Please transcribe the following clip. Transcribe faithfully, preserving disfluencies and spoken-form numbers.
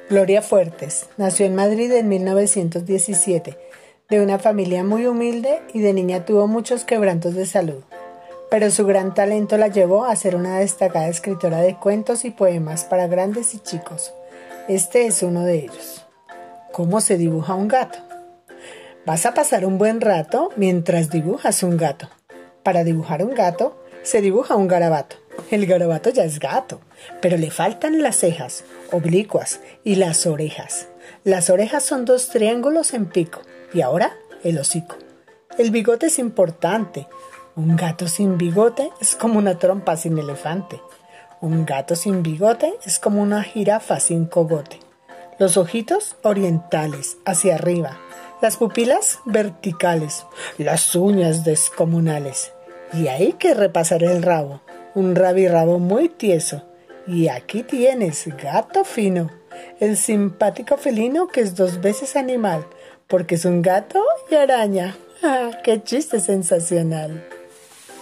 Gloria Fuertes nació en Madrid en mil novecientos diecisiete, de una familia muy humilde y de niña tuvo muchos quebrantos de salud, pero su gran talento la llevó a ser una destacada escritora de cuentos y poemas para grandes y chicos. Este es uno de ellos. ¿Cómo se dibuja un gato? Vas a pasar un buen rato mientras dibujas un gato. Para dibujar un gato, se dibuja un garabato. El garabato ya es gato, pero le faltan las cejas, oblicuas y las orejas. Las orejas son dos triángulos en pico y ahora el hocico. El bigote es importante. Un gato sin bigote es como una trompa sin elefante. Un gato sin bigote es como una jirafa sin cogote. Los ojitos orientales, hacia arriba. Las pupilas verticales. Las uñas descomunales. Y hay que repasar el rabo. Un rabirrabo muy tieso. Y aquí tienes, gato fino, el simpático felino que es dos veces animal, porque es un gato y araña. ¡Ah, qué chiste sensacional!